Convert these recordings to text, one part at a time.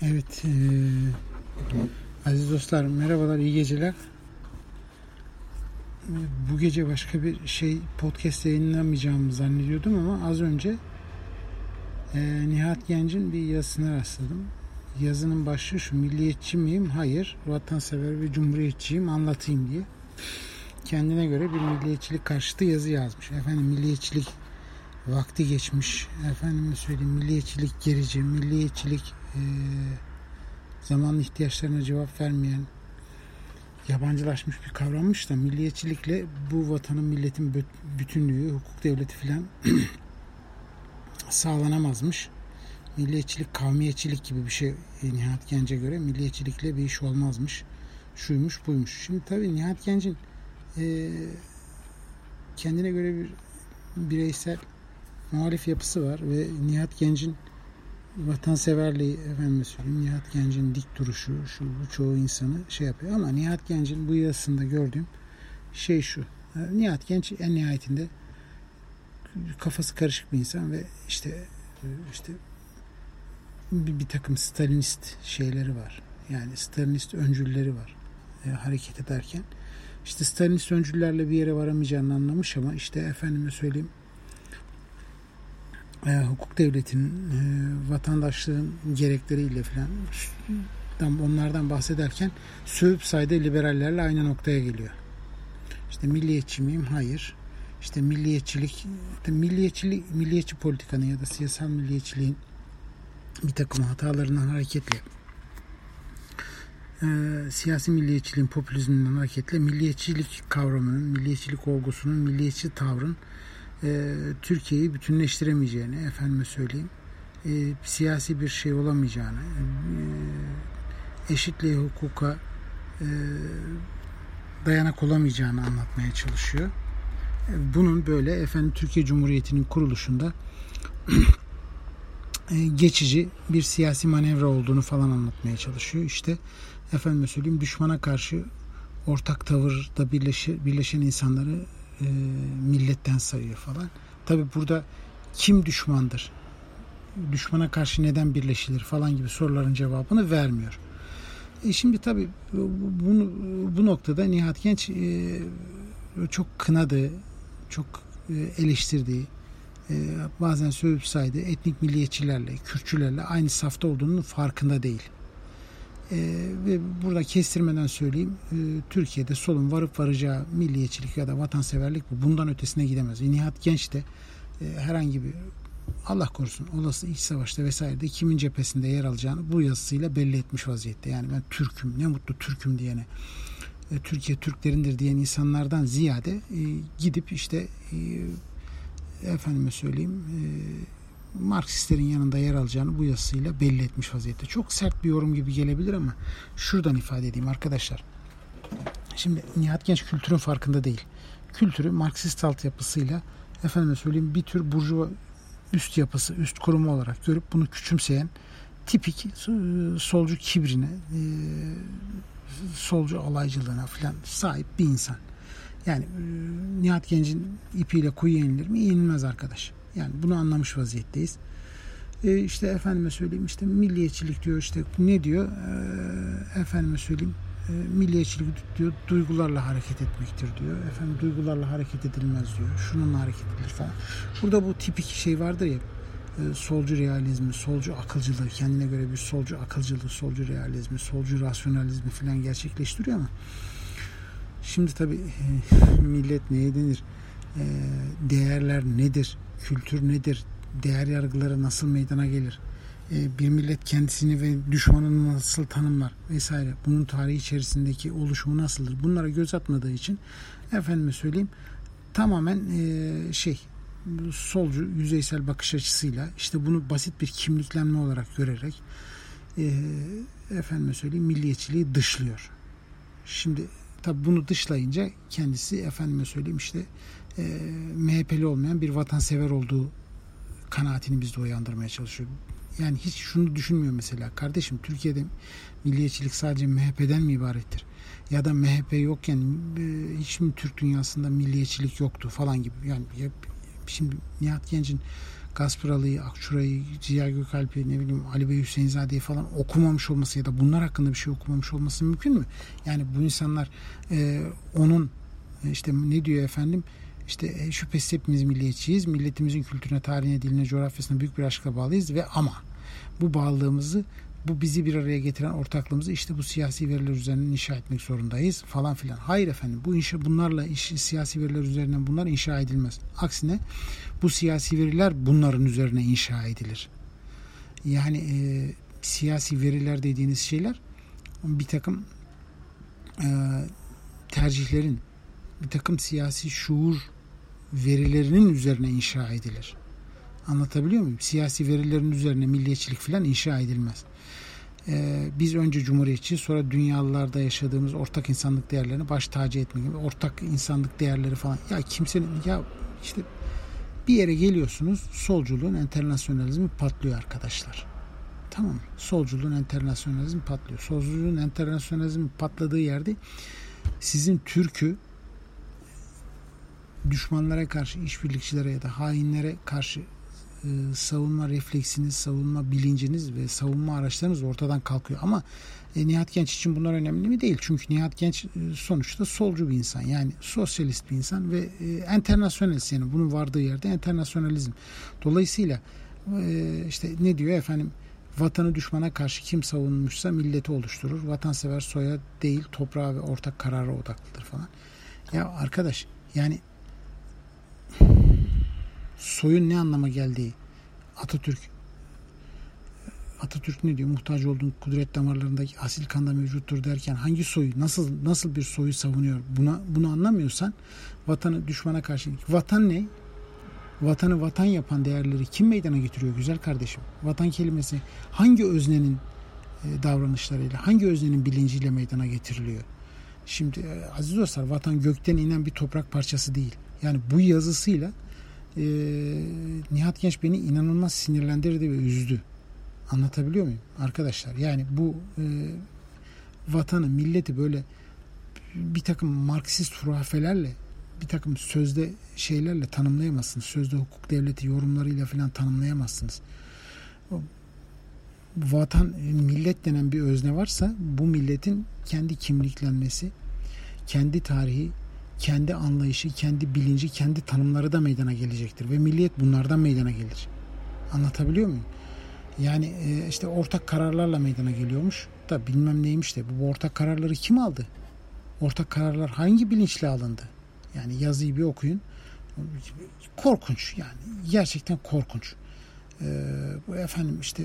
Evet, aziz dostlar merhabalar, iyi geceler. Bu gece başka bir podcast yayınlamayacağımı zannediyordum ama az önce Nihat Genç'in bir yazısına rastladım. Yazının başlığı şu: milliyetçi miyim? Hayır, vatansever ve cumhuriyetçiyim, anlatayım diye. Kendine göre bir milliyetçilik karşıtı yazı yazmış. Milliyetçilik vakti geçmiş. Milliyetçilik gerici, milliyetçilik zamanın ihtiyaçlarına cevap vermeyen, yabancılaşmış bir kavrammış da milliyetçilikle bu vatanın, milletin bütünlüğü, hukuk devleti filan sağlanamazmış. Milliyetçilik kavmiyetçilik gibi bir şey Nihat Genç'e göre. Milliyetçilikle bir iş olmazmış. Şuymuş buymuş. Şimdi tabii Nihat Genç'in kendine göre bir bireysel muhalif yapısı var ve Nihat Genç'in vatanseverliği, Nihat Genç'in dik duruşu, bu çoğu insanı yapıyor ama Nihat Genç'in bu yazısında gördüğüm şey şu: Nihat Genç en nihayetinde kafası karışık bir insan ve işte bir takım Stalinist şeyleri var. Yani Stalinist öncülleri var hareket ederken. İşte Stalinist öncüllerle bir yere varamayacağını anlamış ama hukuk devletinin, vatandaşlığın gerekleriyle filan onlardan bahsederken sövüp saydığı liberallerle aynı noktaya geliyor. İşte milliyetçi miyim? Hayır. İşte milliyetçi politikanın ya da siyasal milliyetçiliğin bir takım hatalarından hareketle, siyasi milliyetçiliğin popülizminden hareketle milliyetçilik kavramının, milliyetçilik olgusunun, milliyetçi tavrın Türkiye'yi bütünleştiremeyeceğini, siyasi bir şey olamayacağını, eşitliğe, hukuka dayanak olamayacağını anlatmaya çalışıyor. Bunun böyle Türkiye Cumhuriyeti'nin kuruluşunda geçici bir siyasi manevra olduğunu falan anlatmaya çalışıyor. İşte düşmana karşı ortak tavırda birleşen insanları milletten sayıyor falan. Tabi burada kim düşmandır? Düşmana karşı neden birleşilir falan gibi soruların cevabını vermiyor. Şimdi tabi bu noktada Nihat Genç çok kınadığı, çok eleştirdiği, bazen sövüp saydığı etnik milliyetçilerle, Kürtçülerle aynı safta olduğunun farkında değil. Ve burada kestirmeden söyleyeyim, Türkiye'de solun varıp varacağı milliyetçilik ya da vatanseverlik bu. Bundan ötesine gidemez. Nihat Genç de herhangi bir, Allah korusun, olası iç savaşta vesairede kimin cephesinde yer alacağını bu yazısıyla belli etmiş vaziyette. Yani ben Türk'üm, ne mutlu Türk'üm diyene, Türkiye Türklerindir diyen insanlardan ziyade gidip Marksistlerin yanında yer alacağını bu yazısıyla belli etmiş vaziyette. Çok sert bir yorum gibi gelebilir ama şuradan ifade edeyim arkadaşlar. Şimdi Nihat Genç kültürün farkında değil. Kültürü Marksist altyapısıyla bir tür burjuva üst yapısı, üst kurumu olarak görüp bunu küçümseyen, tipik solcu kibrine, solcu alaycılığına falan sahip bir insan. Yani Nihat Genç'in ipiyle kuyu yenilir mi? Yenilmez arkadaş. Yani bunu anlamış vaziyetteyiz. Milliyetçilik diyor, ne diyor? Milliyetçilik diyor duygularla hareket etmektir diyor. Duygularla hareket edilmez diyor. Şununla hareket edilir falan. Burada bu tipik şey vardır ya, solcu realizmi, solcu akılcılığı, kendine göre bir solcu akılcılığı, solcu realizmi, solcu rasyonalizmi falan gerçekleştiriyor ama şimdi tabii millet neye denir? Değerler nedir? Kültür nedir? Değer yargıları nasıl meydana gelir? Bir millet kendisini ve düşmanını nasıl tanımlar vesaire? Bunun tarihi içerisindeki oluşumu nasıldır? Bunlara göz atmadığı için tamamen solcu yüzeysel bakış açısıyla bunu basit bir kimliklenme olarak görerek milliyetçiliği dışlıyor. Şimdi tabi bunu dışlayınca kendisi MHP'li olmayan bir vatansever olduğu kanaatini bizde uyandırmaya çalışıyor. Yani hiç şunu düşünmüyor mesela. Kardeşim, Türkiye'de milliyetçilik sadece MHP'den mi ibarettir? Ya da MHP yokken hiç mi Türk dünyasında milliyetçilik yoktu falan gibi. Yani şimdi Nihat Genç'in Gaspıralı'yı, Akçura'yı, Ziya Gökalp'i, ne bileyim Ali Bey Hüseyinzade'yi falan okumamış olması ya da bunlar hakkında bir şey okumamış olması mümkün mü? Yani bu insanlar onun işte ne diyor efendim, işte şüphesiz hepimiz milliyetçiyiz. Milletimizin kültürüne, tarihine, diline, coğrafyasına büyük bir aşkla bağlıyız ve ama bu bağlılığımızı, bu bizi bir araya getiren ortaklığımızı işte bu siyasi veriler üzerinden inşa etmek zorundayız falan filan. Hayır efendim, bunlarla siyasi veriler üzerinden bunlar inşa edilmez. Aksine bu siyasi veriler bunların üzerine inşa edilir. Yani siyasi veriler dediğiniz şeyler bir takım tercihlerin, bir takım siyasi şuur verilerinin üzerine inşa edilir. Anlatabiliyor muyum? Siyasi verilerin üzerine milliyetçilik falan inşa edilmez. Biz önce cumhuriyetçi, sonra dünyalarda yaşadığımız ortak insanlık değerlerini baş tacı etmek gibi, ortak insanlık değerleri falan. Ya kimsenin, ya işte bir yere geliyorsunuz, solculuğun enternasyonalizmi patlıyor arkadaşlar. Tamam mı? Solculuğun enternasyonalizmi patlıyor. Solculuğun enternasyonalizmi patladığı yerde sizin Türk'ü düşmanlara karşı, işbirlikçilere ya da hainlere karşı savunma refleksiniz, savunma bilinciniz ve savunma araçlarınız ortadan kalkıyor. Ama Nihat Genç için bunlar önemli mi? Değil. Çünkü Nihat Genç sonuçta solcu bir insan. Yani sosyalist bir insan ve enternasyonalist, yani bunun vardığı yerde enternasyonalizm. Dolayısıyla işte ne diyor efendim, vatanı düşmana karşı kim savunmuşsa milleti oluşturur. Vatansever soya değil, toprağa ve ortak karara odaklıdır falan. Ya arkadaş, yani soyun ne anlama geldiği, Atatürk ne diyor? Muhtaç olduğun kudret damarlarındaki asil kanda mevcuttur derken hangi soyu, nasıl bir soyu savunuyor? Bunu anlamıyorsan vatanı düşmana karşı, vatan ne? Vatanı vatan yapan değerleri kim meydana getiriyor güzel kardeşim? Vatan kelimesi hangi öznenin davranışlarıyla, hangi öznenin bilinciyle meydana getiriliyor? Şimdi aziz dostlar, vatan gökten inen bir toprak parçası değil. Yani bu yazısıyla Nihat Genç beni inanılmaz sinirlendirdi ve üzdü. Anlatabiliyor muyum arkadaşlar? Yani bu vatanı, milleti böyle bir takım Marksist hurafelerle, bir takım sözde şeylerle tanımlayamazsınız. Sözde hukuk devleti yorumlarıyla falan tanımlayamazsınız. Vatan, millet denen bir özne varsa bu milletin kendi kimliklenmesi, kendi tarihi, kendi anlayışı, kendi bilinci, kendi tanımları da meydana gelecektir. Ve milliyet bunlardan meydana gelir. Anlatabiliyor muyum? Yani işte ortak kararlarla meydana geliyormuş da bilmem neymiş de, bu ortak kararları kim aldı? Ortak kararlar hangi bilinçle alındı? Yani yazıyı bir okuyun. Korkunç yani. Gerçekten korkunç. Bu efendim işte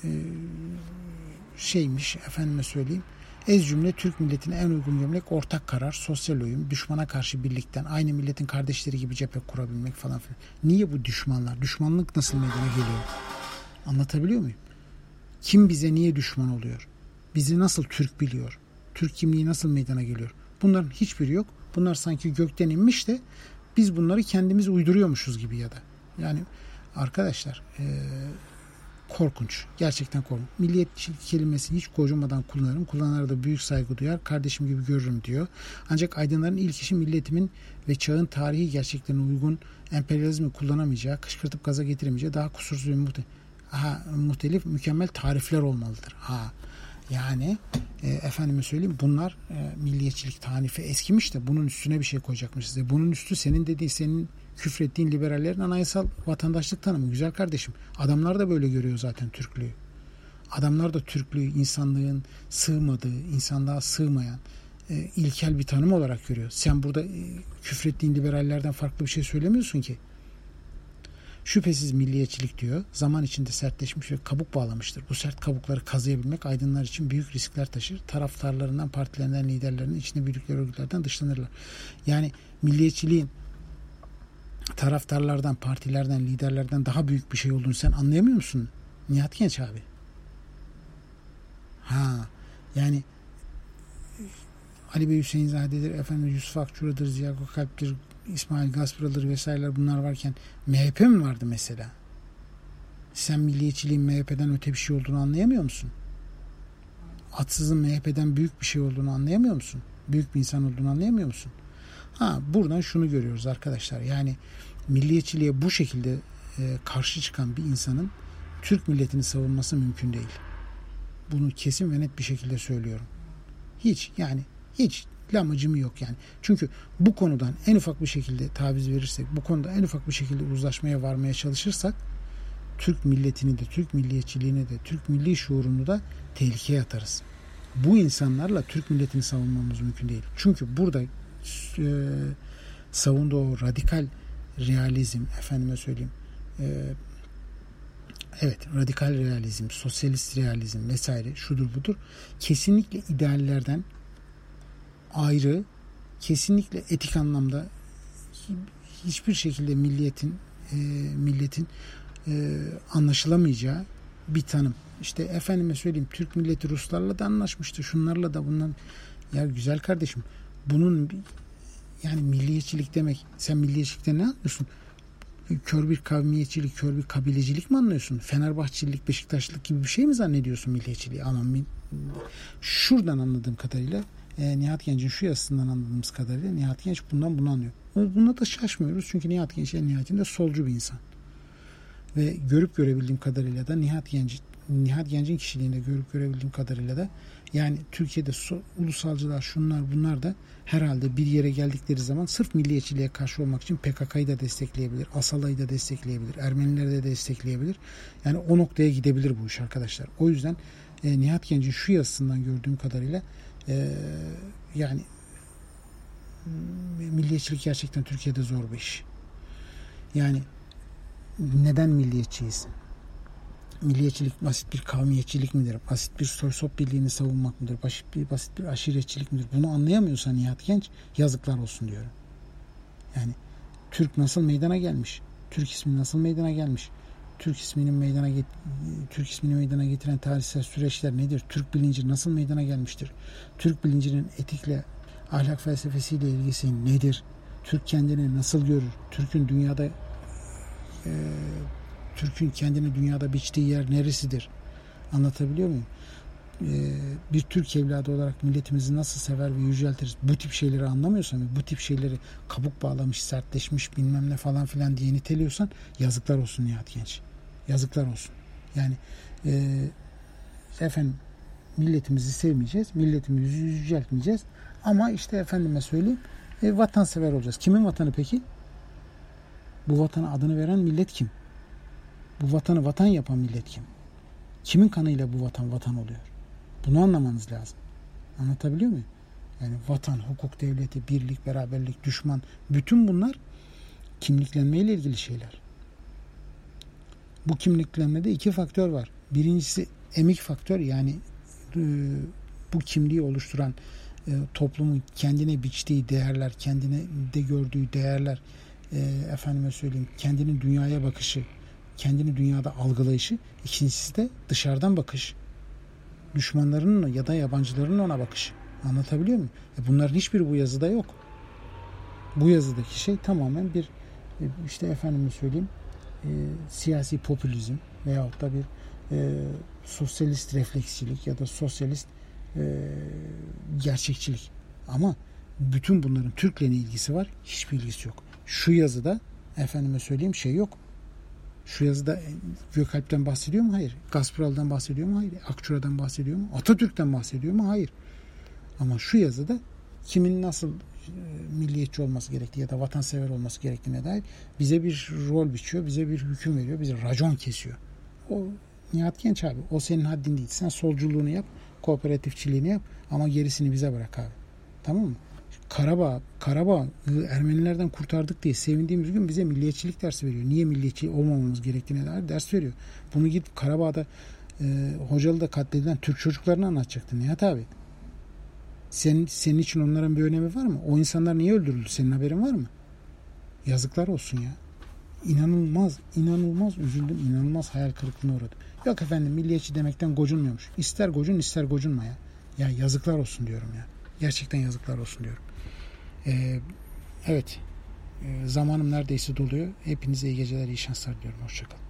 şeymiş, efendime söyleyeyim. Ez cümle Türk milletine en uygun gömlek ortak karar, sosyal uyum, düşmana karşı birlikten, aynı milletin kardeşleri gibi cephe kurabilmek falan filan. Niye bu düşmanlar? Düşmanlık nasıl meydana geliyor? Anlatabiliyor muyum? Kim bize niye düşman oluyor? Bizi nasıl Türk biliyor? Türk kimliği nasıl meydana geliyor? Bunların hiçbiri yok. Bunlar sanki gökten inmiş de biz bunları kendimiz uyduruyormuşuz gibi ya da. Yani arkadaşlar korkunç. Gerçekten korkunç. Milliyetçilik kelimesini hiç gocunmadan kullanırım. Kullananlara da büyük saygı duyar. Kardeşim gibi görürüm diyor. Ancak aydınların ilk işi milletimin ve çağın tarihi gerçeklerine uygun emperyalizmi kullanamayacağı, kışkırtıp gaza getiremeyeceği daha kusursuz ve muhtelif mükemmel tarifler olmalıdır. Yani efendime söyleyeyim, bunlar milliyetçilik tarifi eskimiş de bunun üstüne bir şey koyacakmışız. Bunun üstü senin dediğin, senin küfrettiğin liberallerin anayasal vatandaşlık tanımı güzel kardeşim. Adamlar da böyle görüyor zaten Türklüğü. Adamlar da Türklüğü insanlığın sığmadığı, insanlığa sığmayan ilkel bir tanım olarak görüyor. Sen burada küfrettiğin liberallerden farklı bir şey söylemiyorsun ki. Şüphesiz milliyetçilik diyor, zaman içinde sertleşmiş ve kabuk bağlamıştır. Bu sert kabukları kazıyabilmek aydınlar için büyük riskler taşır. Taraftarlarından, partilerinden, liderlerinin içinde büyüdükleri örgütlerden dışlanırlar. Yani milliyetçiliğin taraftarlardan, partilerden, liderlerden daha büyük bir şey olduğunu sen anlayamıyor musun Nihat Genç abi? Yani Ali Bey Hüseyinzade'dir, efendim Yusuf Akçura'dır, Ziya Gökalp'tir, İsmail Gaspıralı'dır vesaireler, bunlar varken MHP mi vardı mesela? Sen milliyetçiliğin MHP'den öte bir şey olduğunu anlayamıyor musun? Atsızın MHP'den büyük bir şey olduğunu anlayamıyor musun? Büyük bir insan olduğunu anlayamıyor musun? Buradan şunu görüyoruz arkadaşlar. Yani milliyetçiliğe bu şekilde karşı çıkan bir insanın Türk milletini savunması mümkün değil. Bunu kesin ve net bir şekilde söylüyorum. Hiç lamacımı yok yani. Çünkü bu konudan en ufak bir şekilde taviz verirsek, bu konuda en ufak bir şekilde uzlaşmaya varmaya çalışırsak Türk milletini de, Türk milliyetçiliğini de, Türk milli şuurunu da tehlikeye atarız. Bu insanlarla Türk milletini savunmamız mümkün değil. Çünkü burada savunduğu o radikal realizm, efendime söyleyeyim, radikal realizm, sosyalist realizm vesaire şudur budur. Kesinlikle ideallerden ayrı, kesinlikle etik anlamda hiçbir şekilde milletin anlaşılamayacağı bir tanım. İşte efendime söyleyeyim, Türk milleti Ruslarla da anlaşmıştı. Şunlarla da bundan. Ya güzel kardeşim, bunun yani milliyetçilik demek, sen milliyetçilikten ne anlıyorsun? Kör bir kavmiyetçilik, kör bir kabilecilik mi anlıyorsun? Fenerbahçelilik, Beşiktaşlılık gibi bir şey mi zannediyorsun milliyetçiliği? Ama şuradan anladığım kadarıyla, Nihat Genç'in şu yazısından anladığımız kadarıyla Nihat Genç bundan bunu anlıyor. Buna da şaşmıyoruz çünkü Nihat Genç en nihayetinde solcu bir insan. Ve görüp görebildiğim kadarıyla da Nihat Genç'in kişiliğinde görüp görebildiğim kadarıyla da yani Türkiye'de ulusalcılar şunlar bunlar da herhalde bir yere geldikleri zaman sırf milliyetçiliğe karşı olmak için PKK'yı da destekleyebilir, Asala'yı da destekleyebilir, Ermenileri de destekleyebilir. Yani o noktaya gidebilir bu iş arkadaşlar. O yüzden Nihat Genç'in şu yazısından gördüğüm kadarıyla yani milliyetçilik gerçekten Türkiye'de zor bir iş. Yani neden milliyetçiyiz? Milliyetçilik basit bir kavmiyetçilik midir? Basit bir soysop birliğini savunmak mıdır? Basit bir aşiretçilik midir? Bunu anlayamıyorsa Nihat Genç, yazıklar olsun diyorum. Yani Türk nasıl meydana gelmiş? Türk ismi nasıl meydana gelmiş? Türk ismini meydana getiren tarihsel süreçler nedir? Türk bilinci nasıl meydana gelmiştir? Türk bilincinin etikle, ahlak felsefesiyle ilgisi nedir? Türk kendini nasıl görür? Türk'ün kendini dünyada biçtiği yer neresidir? Anlatabiliyor muyum? Bir Türk evladı olarak milletimizi nasıl sever ve yüceltiriz? Bu tip şeyleri anlamıyorsan ve bu tip şeyleri kabuk bağlamış, sertleşmiş bilmem ne falan filan diye niteliyorsan yazıklar olsun Nihat Genç. Yazıklar olsun. Yani milletimizi sevmeyeceğiz, milletimizi yüceltmeyeceğiz ama işte efendime söyleyeyim vatansever olacağız. Kimin vatanı peki? Bu vatana adını veren millet kim? Bu vatanı vatan yapan millet kim? Kimin kanıyla bu vatan oluyor? Bunu anlamanız lazım. Anlatabiliyor muyum? Yani vatan, hukuk devleti, birlik, beraberlik, düşman, bütün bunlar kimliklenmeyle ilgili şeyler. Bu kimliklenmede iki faktör var. Birincisi emik faktör, yani bu kimliği oluşturan toplumun kendine biçtiği değerler, kendine de gördüğü değerler, efendime söyleyeyim, kendini dünyaya bakışı, kendini dünyada algılayışı. İkincisi de dışarıdan bakış. Düşmanlarının ya da yabancıların ona bakışı. Anlatabiliyor muyum? Bunların hiçbiri bu yazıda yok. Bu yazıdaki şey tamamen bir işte efendime söyleyeyim siyasi popülizm veyahut da bir sosyalist refleksçilik ya da sosyalist gerçekçilik. Ama bütün bunların Türk'le ne ilgisi var? Hiçbir ilgisi yok. Şu yazıda efendime söyleyeyim şey yok. Şu yazıda Gökalp'ten bahsediyor mu? Hayır. Gaspıral'dan bahsediyor mu? Hayır. Akçura'dan bahsediyor mu? Atatürk'ten bahsediyor mu? Hayır. Ama şu yazıda kimin nasıl milliyetçi olması gerektiği ya da vatansever olması gerektiğine dair bize bir rol biçiyor, bize bir hüküm veriyor, bize racon kesiyor. O Nihat Genç abi, o senin haddin değil. Sen solculuğunu yap, kooperatifçiliğini yap ama gerisini bize bırak abi. Tamam mı? Karabağ Ermenilerden kurtardık diye sevindiğimiz gün bize milliyetçilik dersi veriyor. Niye milliyetçi olmamamız gerektiğine dair ders veriyor. Bunu gidip Karabağ'da Hocalı'da katledilen Türk çocuklarına anlatacaktın Nihat abi. Senin için onların bir önemi var mı? O insanlar niye öldürüldü? Senin haberin var mı? Yazıklar olsun ya. İnanılmaz üzüldüm. İnanılmaz hayal kırıklığına uğradım. Yok efendim, milliyetçi demekten gocunmuyormuş. İster gocun ister gocunma ya. Ya yazıklar olsun diyorum ya. Gerçekten yazıklar olsun diyorum. Evet. Zamanım neredeyse doluyor. Hepinize iyi geceler, iyi şanslar diliyorum. Hoşçakalın.